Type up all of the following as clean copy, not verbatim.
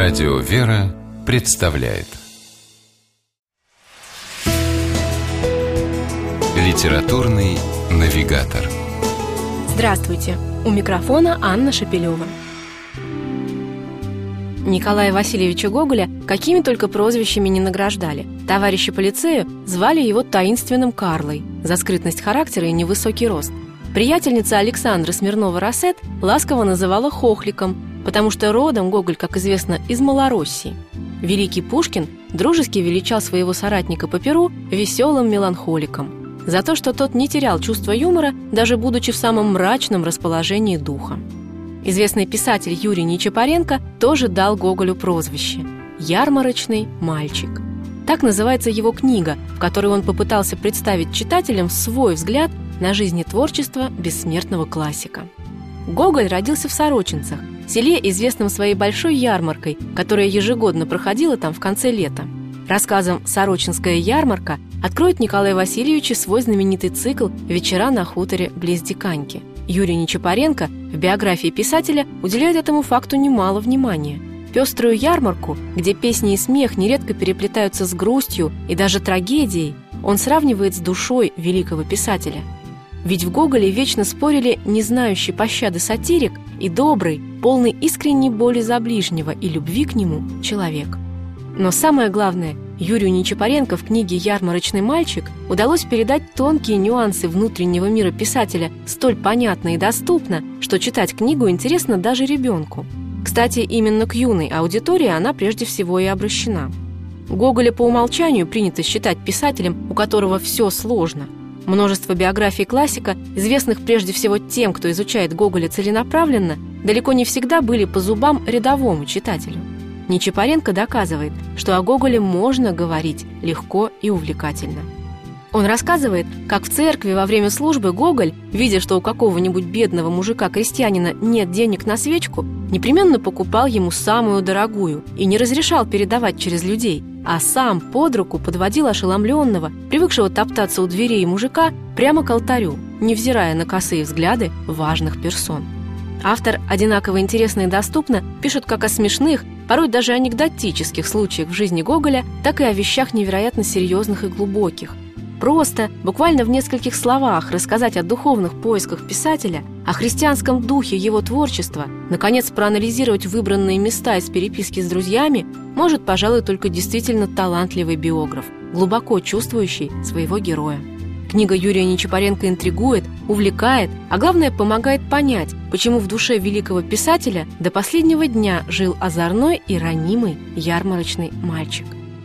Радио «Вера» представляет Литературный навигатор. Здравствуйте! У микрофона Анна Шапилева. Николая Васильевича Гоголя какими только прозвищами не награждали. Товарищи по лицею звали его таинственным Карлой за скрытность характера и невысокий рост. Приятельница Александра Смирнова-Рассет ласково называла хохликом, потому что родом Гоголь, как известно, из Малороссии. Великий Пушкин дружески величал своего соратника по перу веселым меланхоликом за то, что тот не терял чувства юмора, даже будучи в самом мрачном расположении духа. Известный писатель Юрий Нечапаренко тоже дал Гоголю прозвище «Ярмарочный мальчик». Так называется его книга, в которой он попытался представить читателям свой взгляд на жизнь и творчество бессмертного классика. Гоголь родился в Сорочинцах, селе, известном своей большой ярмаркой, которая ежегодно проходила там в конце лета. Рассказом «Сорочинская ярмарка» откроет Николай Васильевич свой знаменитый цикл «Вечера на хуторе близ Диканьки». Юрий Нечапаренко в биографии писателя уделяет этому факту немало внимания. Пеструю ярмарку, где песни и смех нередко переплетаются с грустью и даже трагедией, он сравнивает с душой великого писателя. Ведь в Гоголе вечно спорили не знающий пощады сатирик и добрый, полный искренней боли за ближнего и любви к нему человек. Но самое главное, Юрию Нечапаренко в книге «Ярмарочный мальчик» удалось передать тонкие нюансы внутреннего мира писателя столь понятно и доступно, что читать книгу интересно даже ребенку. Кстати, именно к юной аудитории она прежде всего и обращена. Гоголя по умолчанию принято считать писателем, у которого все сложно. Множество биографий классика, известных прежде всего тем, кто изучает Гоголя целенаправленно, далеко не всегда были по зубам рядовому читателю. Нечапаренко доказывает, что о Гоголе можно говорить легко и увлекательно. Он рассказывает, как в церкви во время службы Гоголь, видя, что у какого-нибудь бедного мужика-крестьянина нет денег на свечку, непременно покупал ему самую дорогую и не разрешал передавать через людей, а сам под руку подводил ошеломленного, привыкшего топтаться у дверей мужика, прямо к алтарю, невзирая на косые взгляды важных персон. Автор одинаково интересно и доступно пишет как о смешных, порой даже анекдотических случаях в жизни Гоголя, так и о вещах невероятно серьезных и глубоких. Просто, буквально в нескольких словах рассказать о духовных поисках писателя, о христианском духе его творчества, наконец проанализировать выбранные места из переписки с друзьями может, пожалуй, только действительно талантливый биограф, глубоко чувствующий своего героя. Книга Юрия Нечапаренко интригует, увлекает, а главное, помогает понять, почему в душе великого писателя до последнего дня жил озорной и ранимый ярмарочный мальчик.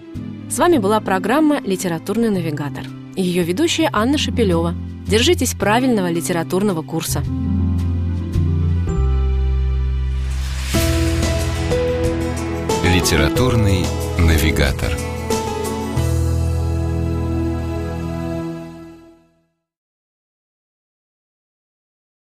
С вами была программа «Литературный навигатор». Ее ведущая Анна Шапилева. Держитесь правильного литературного курса. Литературный навигатор.